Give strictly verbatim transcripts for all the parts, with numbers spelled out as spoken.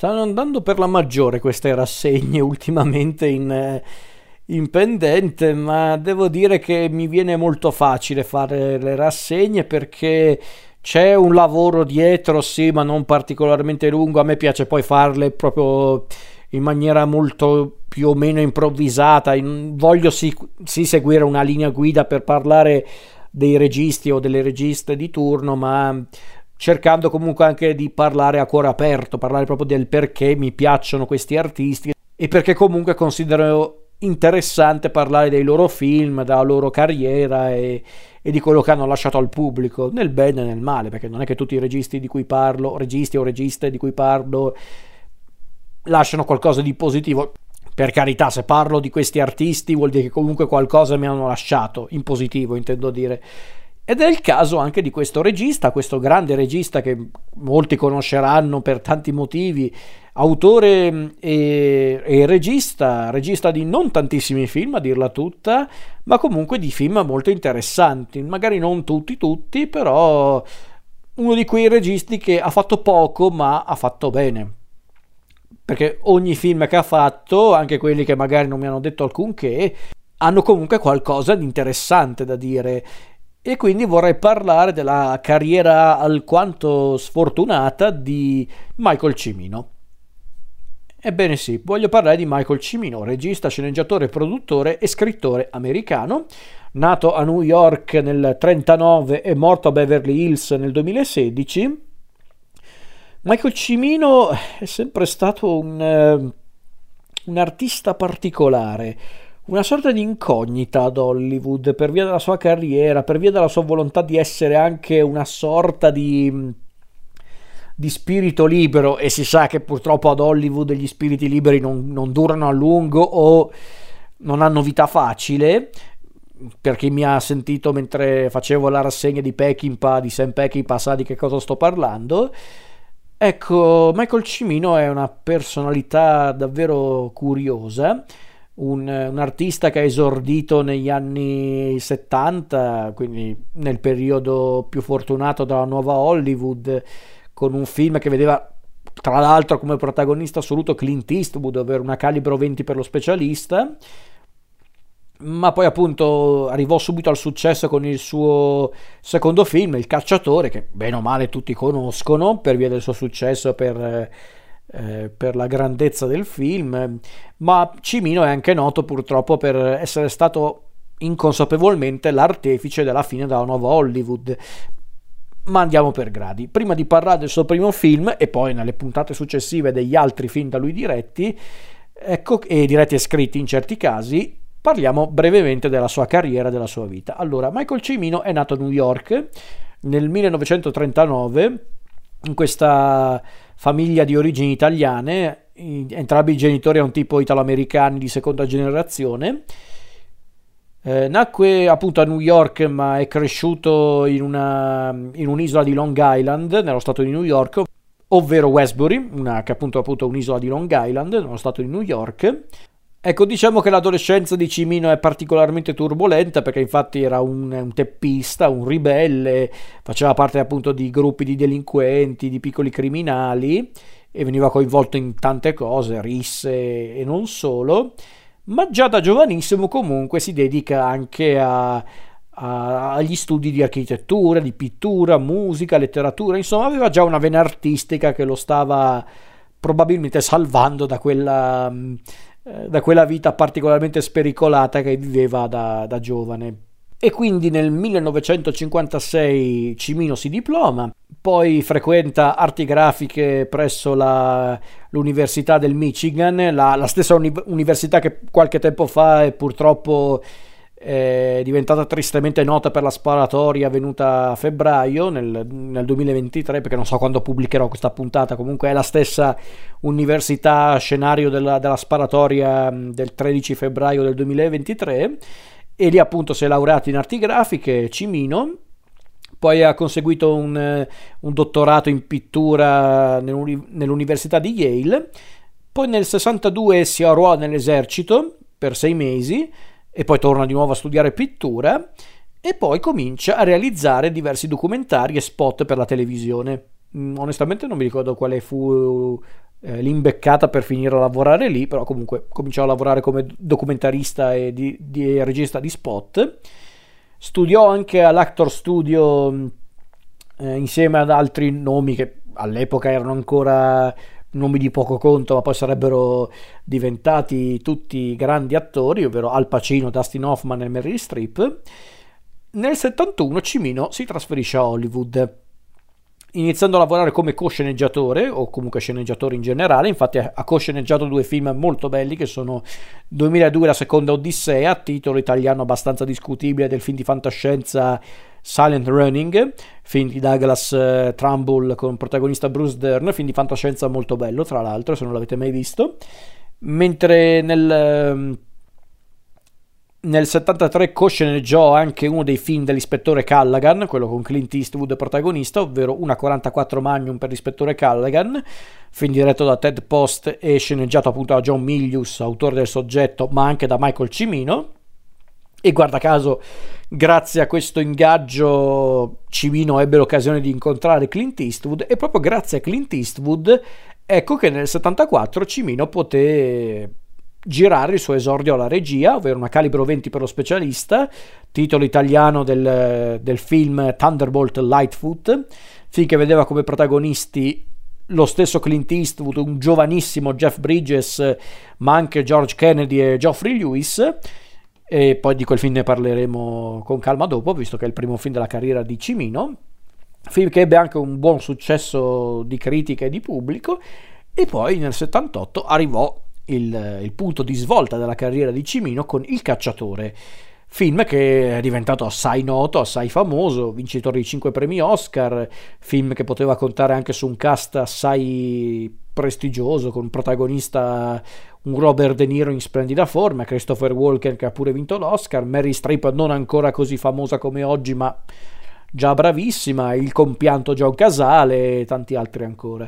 Stanno andando per la maggiore queste rassegne ultimamente in, eh, in pendente, ma devo dire che mi viene molto facile fare le rassegne perché c'è un lavoro dietro, sì, ma non particolarmente lungo. A me piace poi farle proprio in maniera molto più o meno improvvisata. In- voglio sì, sì seguire una linea guida per parlare dei registi o delle registe di turno, ma cercando comunque anche di parlare a cuore aperto, parlare proprio del perché mi piacciono questi artisti e perché comunque considero interessante parlare dei loro film, della loro carriera e, e di quello che hanno lasciato al pubblico, nel bene e nel male, perché non è che tutti i registi di cui parlo, registi o registe di cui parlo, lasciano qualcosa di positivo. Per carità, se parlo di questi artisti vuol dire che comunque qualcosa mi hanno lasciato, in positivo intendo dire. Ed è il caso anche di questo regista, questo grande regista che molti conosceranno per tanti motivi, autore e, e regista, regista di non tantissimi film a dirla tutta, ma comunque di film molto interessanti, magari non tutti tutti, però uno di quei registi che ha fatto poco ma ha fatto bene. Perché ogni film che ha fatto, anche quelli che magari non mi hanno detto alcunché, hanno comunque qualcosa di interessante da dire. E quindi vorrei parlare della carriera alquanto sfortunata di Michael Cimino. Ebbene sì, voglio parlare di Michael Cimino, regista, sceneggiatore, produttore e scrittore americano, nato a New York nel trentanove e morto a Beverly Hills nel duemilasedici. Michael Cimino è sempre stato un, eh, un artista particolare, una sorta di incognita ad Hollywood per via della sua carriera, per via della sua volontà di essere anche una sorta di, di spirito libero, e si sa che purtroppo ad Hollywood gli spiriti liberi non, non durano a lungo o non hanno vita facile. Per chi mi ha sentito mentre facevo la rassegna di Peckinpah, di Sam Peckinpah, sa di che cosa sto parlando. Ecco, Michael Cimino è una personalità davvero curiosa. Un, un artista che ha esordito negli anni settanta, quindi nel periodo più fortunato della nuova Hollywood, con un film che vedeva tra l'altro come protagonista assoluto Clint Eastwood, ovvero Una calibro venti per lo specialista, ma poi appunto arrivò subito al successo con il suo secondo film, Il cacciatore, che bene o male tutti conoscono per via del suo successo, per Eh, per la grandezza del film. Ma Cimino è anche noto purtroppo per essere stato inconsapevolmente l'artefice della fine della nuova Hollywood. Ma andiamo per gradi. Prima di parlare del suo primo film e poi nelle puntate successive degli altri film da lui diretti, ecco, e diretti e scritti in certi casi, parliamo brevemente della sua carriera, della sua vita. Allora, Michael Cimino è nato a New York nel millenovecentotrentanove in questa famiglia di origini italiane, entrambi i genitori a un tipo italo-americani di seconda generazione. Eh, nacque appunto a New York, ma è cresciuto in, una, in un'isola di Long Island, nello stato di New York, ovvero Westbury, una, che appunto è appunto un'isola di Long Island, nello stato di New York. Ecco, diciamo che l'adolescenza di Cimino è particolarmente turbolenta perché infatti era un, un teppista, un ribelle, faceva parte appunto di gruppi di delinquenti, di piccoli criminali e veniva coinvolto in tante cose, risse e non solo, ma già da giovanissimo comunque si dedica anche a, a, agli studi di architettura, di pittura, musica, letteratura, insomma aveva già una vena artistica che lo stava probabilmente salvando da quella... da quella vita particolarmente spericolata che viveva da, da giovane. E quindi nel millenovecentocinquantasei Cimino si diploma, poi frequenta arti grafiche presso la, l'Università del Michigan, la, la stessa uni- università che qualche tempo fa è purtroppo è diventata tristemente nota per la sparatoria avvenuta a febbraio nel, nel duemilaventitré, perché non so quando pubblicherò questa puntata, comunque è la stessa università scenario della, della sparatoria del tredici febbraio del duemilaventitré, e lì appunto si è laureato in arti grafiche Cimino. Poi ha conseguito un, un dottorato in pittura nell'uni, nell'Università di Yale. Poi nel sessantadue si arruola nell'esercito per sei mesi e poi torna di nuovo a studiare pittura e poi comincia a realizzare diversi documentari e spot per la televisione. Mm, onestamente non mi ricordo quale fu eh, l'imbeccata per finire a lavorare lì, però comunque cominciò a lavorare come documentarista e di, di regista di spot. Studiò anche all'Actor Studio eh, insieme ad altri nomi che all'epoca erano ancora nomi di poco conto, ma poi sarebbero diventati tutti grandi attori, ovvero Al Pacino, Dustin Hoffman e Meryl Streep. Nel settantuno Cimino si trasferisce a Hollywood, iniziando a lavorare come co-sceneggiatore o comunque sceneggiatore in generale. Infatti ha co-sceneggiato due film molto belli che sono duemiladue La seconda Odissea, titolo italiano abbastanza discutibile del film di fantascienza Silent Running, film di Douglas uh, Trumbull con protagonista Bruce Dern, film di fantascienza molto bello tra l'altro, se non l'avete mai visto. Mentre nel... Um, Nel settantatré co-sceneggiò anche uno dei film dell'ispettore Callaghan, quello con Clint Eastwood protagonista, ovvero Una quarantaquattro Magnum per l'ispettore Callaghan, film diretto da Ted Post e sceneggiato appunto da John Milius, autore del soggetto, ma anche da Michael Cimino. E guarda caso, grazie a questo ingaggio, Cimino ebbe l'occasione di incontrare Clint Eastwood, e proprio grazie a Clint Eastwood ecco che nel settantaquattro Cimino poté girare il suo esordio alla regia, ovvero Una calibro venti per lo specialista, titolo italiano del, del film Thunderbolt Lightfoot, film che vedeva come protagonisti lo stesso Clint Eastwood, un giovanissimo Jeff Bridges, ma anche George Kennedy e Geoffrey Lewis. E poi di quel film ne parleremo con calma dopo, visto che è il primo film della carriera di Cimino, film che ebbe anche un buon successo di critica e di pubblico. E poi nel settantotto arrivò Il, il punto di svolta della carriera di Cimino con Il cacciatore, film che è diventato assai noto, assai famoso, vincitore di cinque premi Oscar, film che poteva contare anche su un cast assai prestigioso, con protagonista un Robert De Niro in splendida forma, Christopher Walken che ha pure vinto l'Oscar, Meryl Streep non ancora così famosa come oggi ma già bravissima, il compianto John Casale e tanti altri ancora.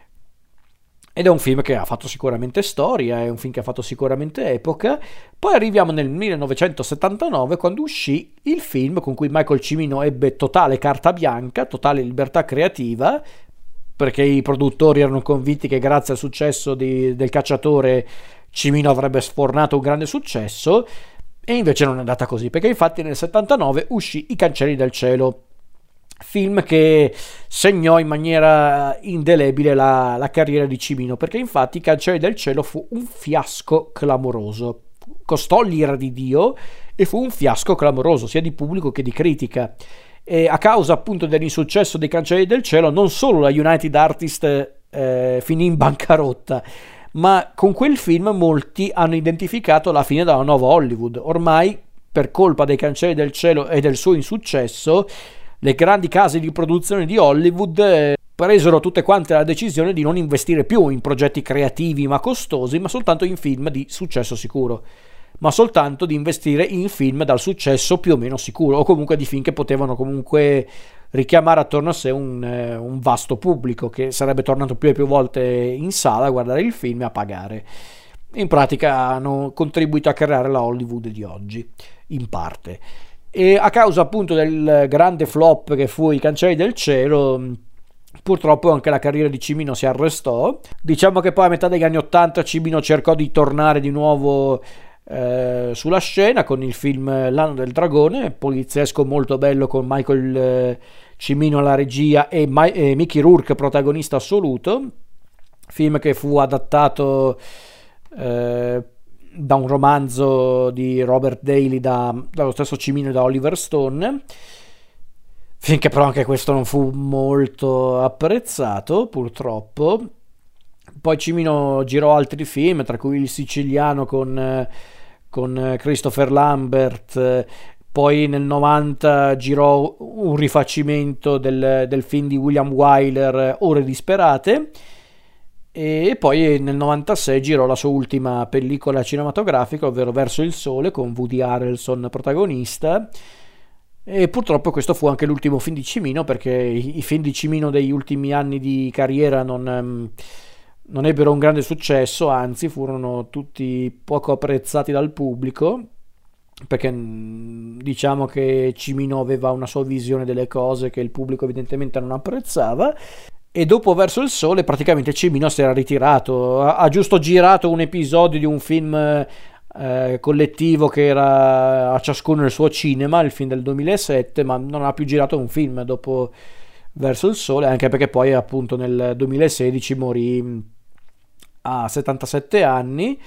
Ed è un film che ha fatto sicuramente storia, è un film che ha fatto sicuramente epoca. Poi arriviamo nel millenovecentosettantanove, quando uscì il film con cui Michael Cimino ebbe totale carta bianca, totale libertà creativa, perché i produttori erano convinti che grazie al successo di, del cacciatore Cimino avrebbe sfornato un grande successo, e invece non è andata così, perché infatti nel settantanove uscì I cancelli del cielo, film che segnò in maniera indelebile la, la carriera di Cimino, perché infatti I cancelli del cielo fu un fiasco clamoroso, costò l'ira di Dio e fu un fiasco clamoroso sia di pubblico che di critica. E a causa appunto dell'insuccesso dei Cancelli del cielo non solo la United Artists eh, finì in bancarotta, ma con quel film molti hanno identificato la fine della nuova Hollywood. Ormai per colpa dei Cancelli del cielo e del suo insuccesso le grandi case di produzione di Hollywood eh, presero tutte quante la decisione di non investire più in progetti creativi ma costosi, ma soltanto in film di successo sicuro, ma soltanto di investire in film dal successo più o meno sicuro, o comunque di film che potevano comunque richiamare attorno a sé un, eh, un vasto pubblico che sarebbe tornato più e più volte in sala a guardare il film e a pagare. In pratica hanno contribuito a creare la Hollywood di oggi, in parte. E a causa appunto del grande flop che fu I cancelli del cielo, purtroppo anche la carriera di Cimino si arrestò. Diciamo che poi a metà degli anni ottanta Cimino cercò di tornare di nuovo eh, sulla scena con il film L'anno del dragone, poliziesco molto bello con Michael eh, Cimino alla regia e, Ma- e Mickey Rourke protagonista assoluto, film che fu adattato eh, da un romanzo di Robert Daly da, dallo stesso Cimino e da Oliver Stone, finché però anche questo non fu molto apprezzato purtroppo. Poi Cimino girò altri film, tra cui Il siciliano con, con Christopher Lambert, poi nel novanta girò un rifacimento del, del film di William Wyler Ore disperate, e poi nel novantasei girò la sua ultima pellicola cinematografica, ovvero Verso il sole, con Woody Harrelson protagonista. E purtroppo questo fu anche l'ultimo film di Cimino, perché i, i film di Cimino degli ultimi anni di carriera non, um, non ebbero un grande successo, anzi furono tutti poco apprezzati dal pubblico, perché diciamo che Cimino aveva una sua visione delle cose che il pubblico evidentemente non apprezzava. e dopo Verso il Sole praticamente Cimino si era ritirato, ha, ha giusto girato un episodio di un film eh, collettivo che era A ciascuno il suo cinema, il film del duemilasette, ma non ha più girato un film dopo Verso il Sole, anche perché poi appunto nel duemilasedici morì a settantasette anni.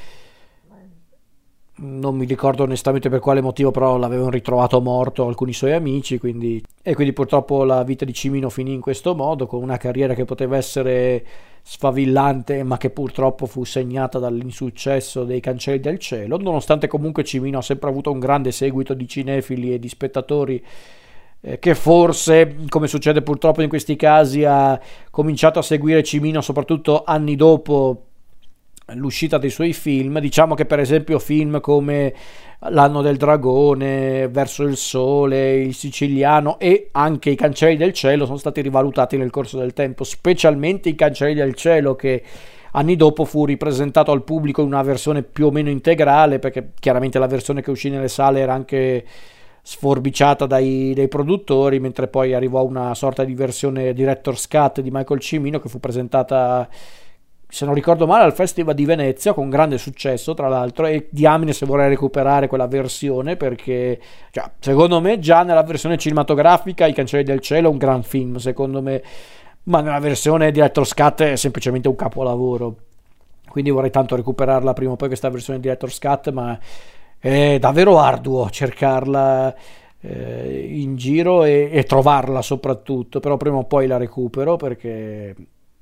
Non mi ricordo onestamente per quale motivo, però l'avevano ritrovato morto alcuni suoi amici, quindi... e quindi purtroppo la vita di Cimino finì in questo modo, con una carriera che poteva essere sfavillante, ma che purtroppo fu segnata dall'insuccesso dei Cancelli del Cielo, nonostante comunque Cimino ha sempre avuto un grande seguito di cinefili e di spettatori, eh, che forse, come succede purtroppo in questi casi, ha cominciato a seguire Cimino soprattutto anni dopo l'uscita dei suoi film. Diciamo che per esempio film come L'anno del dragone, Verso il Sole, Il Siciliano e anche I Cancelli del Cielo sono stati rivalutati nel corso del tempo, specialmente I Cancelli del Cielo, che anni dopo fu ripresentato al pubblico in una versione più o meno integrale, perché chiaramente la versione che uscì nelle sale era anche sforbiciata dai, dai produttori, mentre poi arrivò una sorta di versione director's cut di Michael Cimino che fu presentata, se non ricordo male, al Festival di Venezia, con grande successo tra l'altro, e diamine se vorrei recuperare quella versione, perché cioè, secondo me già nella versione cinematografica I Cancelli del Cielo è un gran film, secondo me, ma nella versione director's cut è semplicemente un capolavoro, quindi vorrei tanto recuperarla prima o poi questa versione director's cut, ma è davvero arduo cercarla eh, in giro e, e trovarla soprattutto, però prima o poi la recupero, perché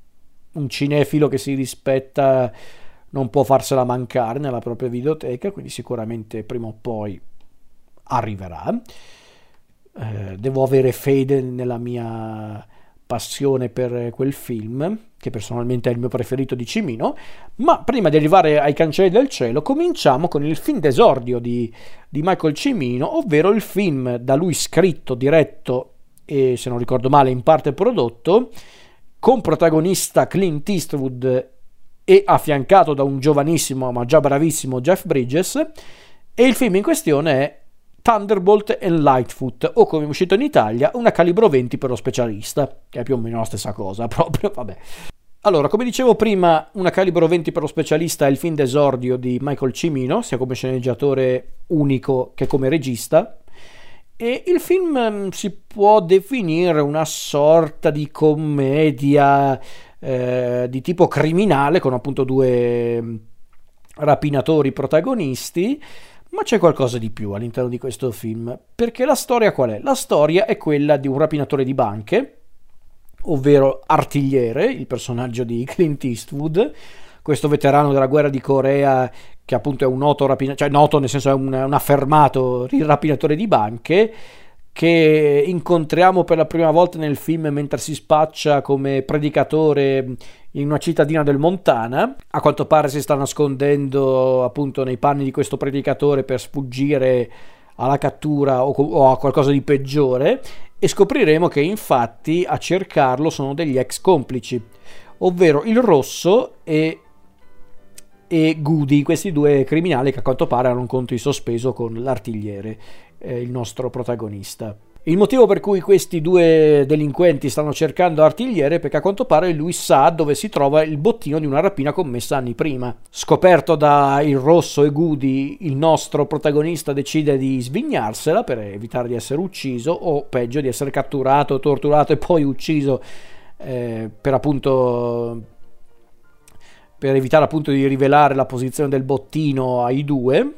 un cinefilo che si rispetta non può farsela mancare nella propria videoteca, quindi sicuramente prima o poi arriverà. Eh, devo avere fede nella mia passione per quel film, che personalmente è il mio preferito di Cimino, ma prima di arrivare ai Cancelli del Cielo cominciamo con il film d'esordio di, di Michael Cimino, ovvero il film da lui scritto, diretto e, se non ricordo male, in parte prodotto, con protagonista Clint Eastwood e affiancato da un giovanissimo ma già bravissimo Jeff Bridges, e il film in questione è Thunderbolt and Lightfoot, o come è uscito in Italia Una calibro venti per lo specialista, che è più o meno la stessa cosa proprio, vabbè. Allora, come dicevo prima, Una calibro venti per lo specialista è il film d'esordio di Michael Cimino, sia come sceneggiatore unico che come regista. E il film si può definire una sorta di commedia eh, di tipo criminale, con appunto due rapinatori protagonisti, ma c'è qualcosa di più all'interno di questo film, perché la storia qual è? La storia è quella di un rapinatore di banche, ovvero Artigliere, il personaggio di Clint Eastwood, questo veterano della guerra di Corea, che appunto è un noto rapinatore, cioè noto nel senso è un, un affermato rapinatore di banche, che incontriamo per la prima volta nel film mentre si spaccia come predicatore in una cittadina del Montana. A quanto pare si sta nascondendo appunto nei panni di questo predicatore per sfuggire alla cattura o, o a qualcosa di peggiore, e scopriremo che infatti a cercarlo sono degli ex complici, ovvero il Rosso e e Goody, questi due criminali che a quanto pare hanno un conto in sospeso con l'Artigliere, eh, il nostro protagonista. Il motivo per cui questi due delinquenti stanno cercando Artigliere è perché a quanto pare lui sa dove si trova il bottino di una rapina commessa anni prima. Scoperto da il Rosso e Goody, il nostro protagonista decide di svignarsela per evitare di essere ucciso, o peggio di essere catturato, torturato e poi ucciso, eh, per appunto... per evitare appunto di rivelare la posizione del bottino ai due.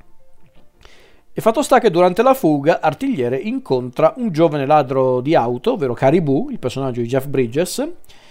E fatto sta che durante la fuga Artigliere incontra un giovane ladro di auto, ovvero Caribou, il personaggio di Jeff Bridges,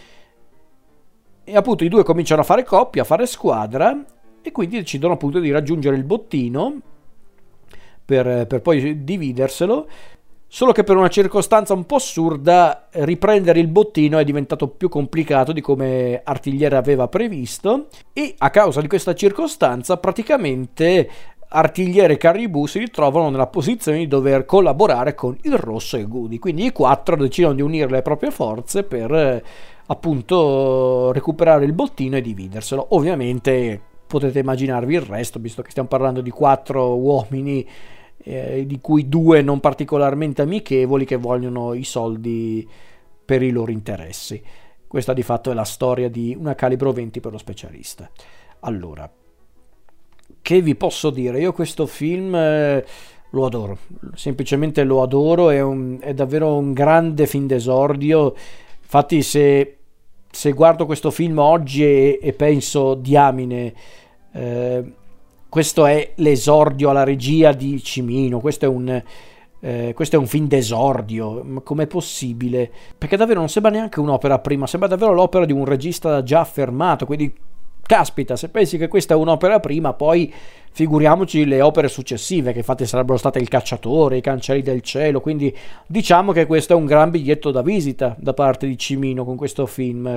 e appunto i due cominciano a fare coppia, a fare squadra, e quindi decidono appunto di raggiungere il bottino per, per poi dividerselo. Solo che per una circostanza un po' assurda riprendere il bottino è diventato più complicato di come Artigliere aveva previsto, e a causa di questa circostanza praticamente Artigliere e Caribou si ritrovano nella posizione di dover collaborare con il Rosso e Goody. Quindi i quattro decidono di unire le proprie forze per eh, appunto recuperare il bottino e dividerselo. Ovviamente potete immaginarvi il resto, visto che stiamo parlando di quattro uomini, Eh, di cui due non particolarmente amichevoli, che vogliono i soldi per i loro interessi. Questa di fatto è la storia di Una calibro venti per lo specialista. Allora, che vi posso dire? Io questo film eh, lo adoro, semplicemente lo adoro, è, un, è davvero un grande film d'esordio. Infatti se, se guardo questo film oggi e, e penso, diamine, eh, questo è l'esordio alla regia di Cimino, questo è un... Eh, questo è un film d'esordio, ma com'è possibile? Perché davvero non sembra neanche un'opera prima, sembra davvero l'opera di un regista già affermato, quindi caspita, se pensi che questa è un'opera prima, poi figuriamoci le opere successive, che infatti sarebbero state Il Cacciatore, I Cancelli del Cielo, quindi diciamo che questo è un gran biglietto da visita da parte di Cimino con questo film.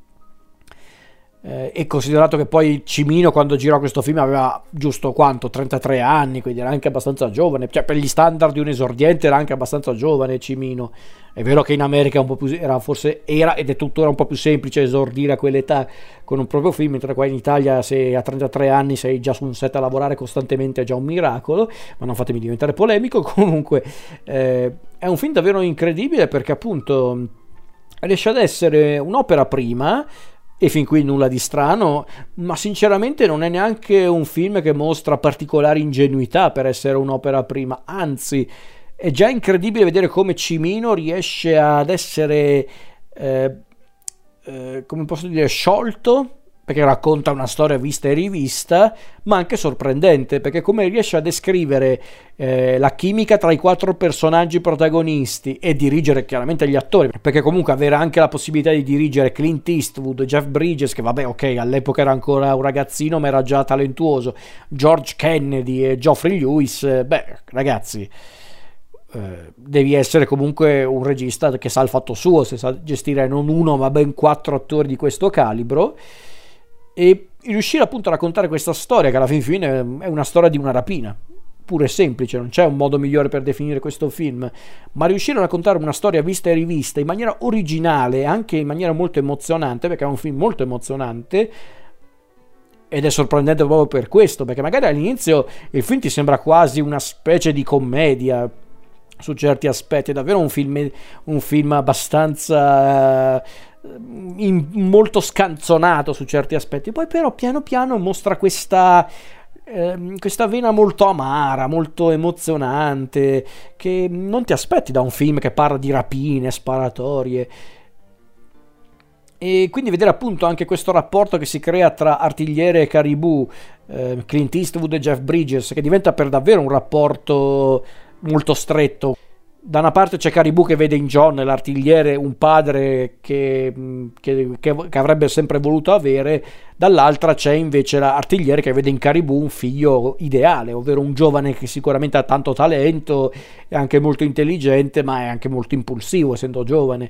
Eh, e considerato che poi Cimino quando girò questo film aveva giusto quanto? trentatré anni, quindi era anche abbastanza giovane, cioè per gli standard di un esordiente era anche abbastanza giovane Cimino. È vero che in America un po' più, era forse era ed è tuttora un po' più semplice esordire a quell'età con un proprio film, mentre qua in Italia se a trentatré anni sei già su un set a lavorare costantemente è già un miracolo, ma non fatemi diventare polemico. Comunque eh, è un film davvero incredibile perché appunto riesce ad essere un'opera prima. E fin qui nulla di strano, ma sinceramente non è neanche un film che mostra particolare ingenuità per essere un'opera prima, anzi è già incredibile vedere come Cimino riesce ad essere, eh, eh, come posso dire, sciolto, perché racconta una storia vista e rivista, ma anche sorprendente, perché come riesce a descrivere eh, la chimica tra i quattro personaggi protagonisti e dirigere chiaramente gli attori, perché comunque avere anche la possibilità di dirigere Clint Eastwood, Jeff Bridges, che vabbè ok all'epoca era ancora un ragazzino ma era già talentuoso, George Kennedy e Geoffrey Lewis, eh, beh ragazzi, eh, devi essere comunque un regista che sa il fatto suo, se sa gestire non uno ma ben quattro attori di questo calibro. E riuscire appunto a raccontare questa storia, che alla fin fine è una storia di una rapina, pure e semplice, non c'è un modo migliore per definire questo film, ma riuscire a raccontare una storia vista e rivista in maniera originale, anche in maniera molto emozionante, perché è un film molto emozionante, ed è sorprendente proprio per questo, perché magari all'inizio il film ti sembra quasi una specie di commedia su certi aspetti, è davvero un film, un film abbastanza... In, molto scanzonato su certi aspetti, poi però piano piano mostra questa eh, questa vena molto amara, molto emozionante, che non ti aspetti da un film che parla di rapine, sparatorie. E quindi vedere appunto anche questo rapporto che si crea tra Artigliere e Caribou, eh, Clint Eastwood e Jeff Bridges, che diventa per davvero un rapporto molto stretto. Da una parte c'è Caribou che vede in John, l'artigliere, un padre che, che, che, che avrebbe sempre voluto avere, dall'altra c'è invece l'artigliere che vede in Caribou un figlio ideale, ovvero un giovane che sicuramente ha tanto talento, è anche molto intelligente, ma è anche molto impulsivo essendo giovane.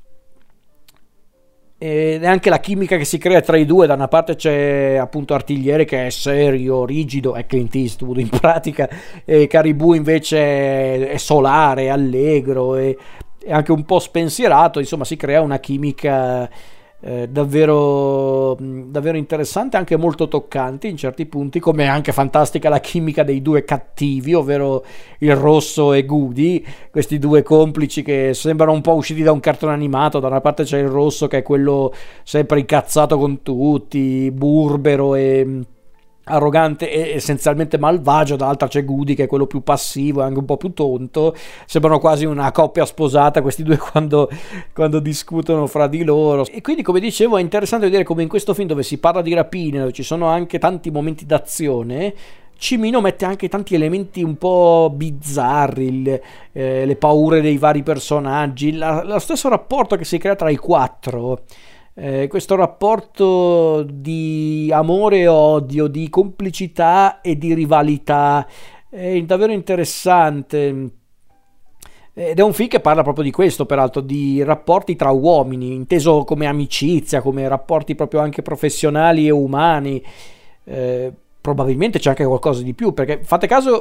E anche la chimica che si crea tra i due, da una parte c'è appunto Artigliere che è serio, rigido, è Clint Eastwood in pratica, e Caribou invece è solare, è allegro e è anche un po' spensierato, insomma si crea una chimica eh, davvero, davvero interessante, anche molto toccante in certi punti, come è anche fantastica la chimica dei due cattivi, ovvero il Rosso e Goody, questi due complici che sembrano un po' usciti da un cartone animato. Da una parte c'è il Rosso che è quello sempre incazzato con tutti, burbero e arrogante e essenzialmente malvagio, dall'altra c'è Goody che è quello più passivo e anche un po' più tonto. Sembrano quasi una coppia sposata questi due quando, quando discutono fra di loro. E quindi, come dicevo, è interessante vedere come in questo film, dove si parla di rapine, dove ci sono anche tanti momenti d'azione, Cimino mette anche tanti elementi un po' bizzarri, le, eh, le paure dei vari personaggi, la, lo stesso rapporto che si crea tra i quattro. Eh, questo rapporto di amore e odio, di complicità e di rivalità è davvero interessante, ed è un film che parla proprio di questo, peraltro, di rapporti tra uomini, inteso come amicizia, come rapporti proprio anche professionali e umani. Eh, probabilmente c'è anche qualcosa di più, perché fate caso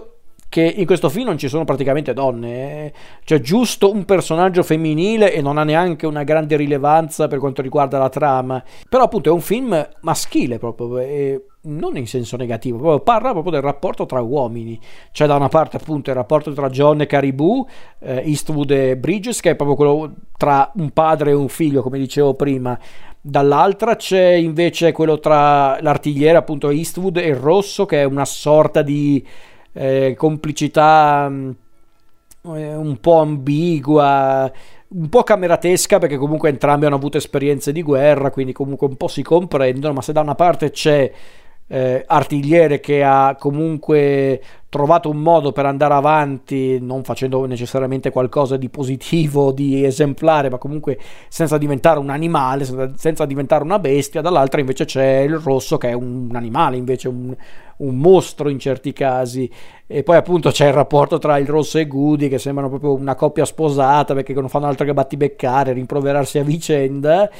che in questo film non ci sono praticamente donne, eh. C'è giusto un personaggio femminile e non ha neanche una grande rilevanza per quanto riguarda la trama, però appunto è un film maschile proprio, e non in senso negativo, proprio parla proprio del rapporto tra uomini. C'è da una parte appunto il rapporto tra John e Caribou, eh, Eastwood e Bridges, che è proprio quello tra un padre e un figlio, come dicevo prima. Dall'altra c'è invece quello tra l'artigliere, appunto Eastwood, e il rosso, che è una sorta di eh, complicità mh, un po' ambigua, un po' cameratesca, perché comunque entrambi hanno avuto esperienze di guerra, quindi comunque un po' si comprendono. Ma se da una parte c'è eh, Artigliere, che ha comunque trovato un modo per andare avanti, non facendo necessariamente qualcosa di positivo, di esemplare, ma comunque senza diventare un animale, senza, senza diventare una bestia. Dall'altra invece c'è il rosso, che è un animale, invece un, un mostro in certi casi. E poi appunto c'è il rapporto tra il rosso e Goody, che sembrano proprio una coppia sposata, perché non fanno altro che battibeccare, rimproverarsi a vicenda.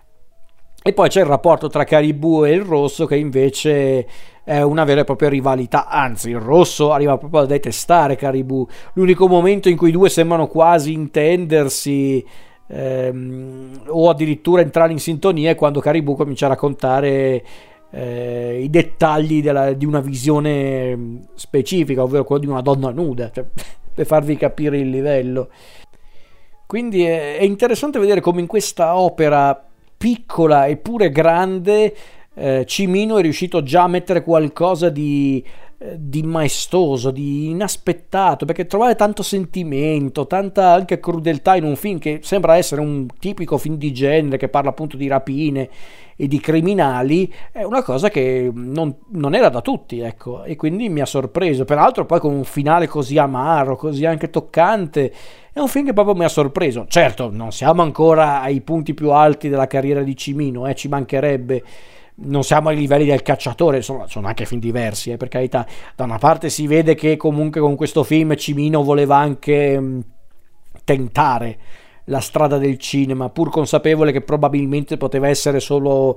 E poi c'è il rapporto tra Caribou e il rosso, che invece è una vera e propria rivalità, anzi il rosso arriva proprio a detestare Caribou. L'unico momento in cui i due sembrano quasi intendersi ehm, o addirittura entrare in sintonia è quando Caribou comincia a raccontare eh, i dettagli della, di una visione specifica, ovvero quello di una donna nuda, cioè, per farvi capire il livello. Quindi è, è interessante vedere come in questa opera piccola eppure grande, eh, Cimino è riuscito già a mettere qualcosa di, eh, di maestoso, di inaspettato, perché trovare tanto sentimento, tanta anche crudeltà in un film che sembra essere un tipico film di genere, che parla appunto di rapine e di criminali, è una cosa che non, non era da tutti, ecco, e quindi mi ha sorpreso. Peraltro poi con un finale così amaro, così anche toccante. È un film che proprio mi ha sorpreso. Certo, non siamo ancora ai punti più alti della carriera di Cimino, eh, ci mancherebbe. Non siamo ai livelli del Cacciatore, insomma, sono anche film diversi, eh, per carità. Da una parte si vede che comunque con questo film Cimino voleva anche mh, tentare la strada del cinema, pur consapevole che probabilmente poteva essere solo,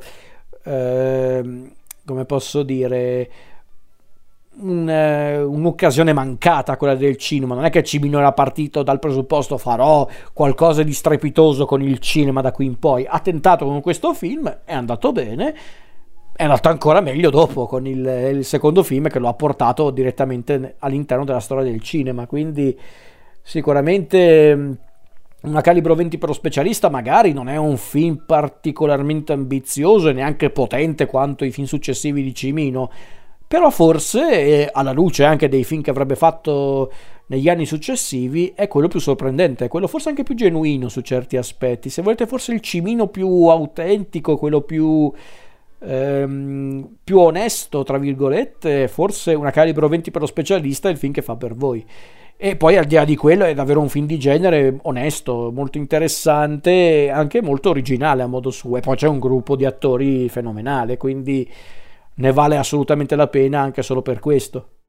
eh, come posso dire, Un, uh, un'occasione mancata quella del cinema. Non è che Cimino era partito dal presupposto farò qualcosa di strepitoso con il cinema da qui in poi. Ha tentato con questo film, è andato bene, è andato ancora meglio dopo con il, il secondo film, che lo ha portato direttamente all'interno della storia del cinema. Quindi sicuramente Una calibro venti per lo specialista magari non è un film particolarmente ambizioso e neanche potente quanto i film successivi di Cimino, però forse, alla luce anche dei film che avrebbe fatto negli anni successivi, è quello più sorprendente, è quello forse anche più genuino su certi aspetti. Se volete forse il Cimino più autentico, quello più, ehm, più onesto, tra virgolette, forse Una calibro venti per lo specialista è il film che fa per voi. E poi al di là di quello è davvero un film di genere onesto, molto interessante, anche molto originale a modo suo. E poi c'è un gruppo di attori fenomenale, quindi ne vale assolutamente la pena anche solo per questo.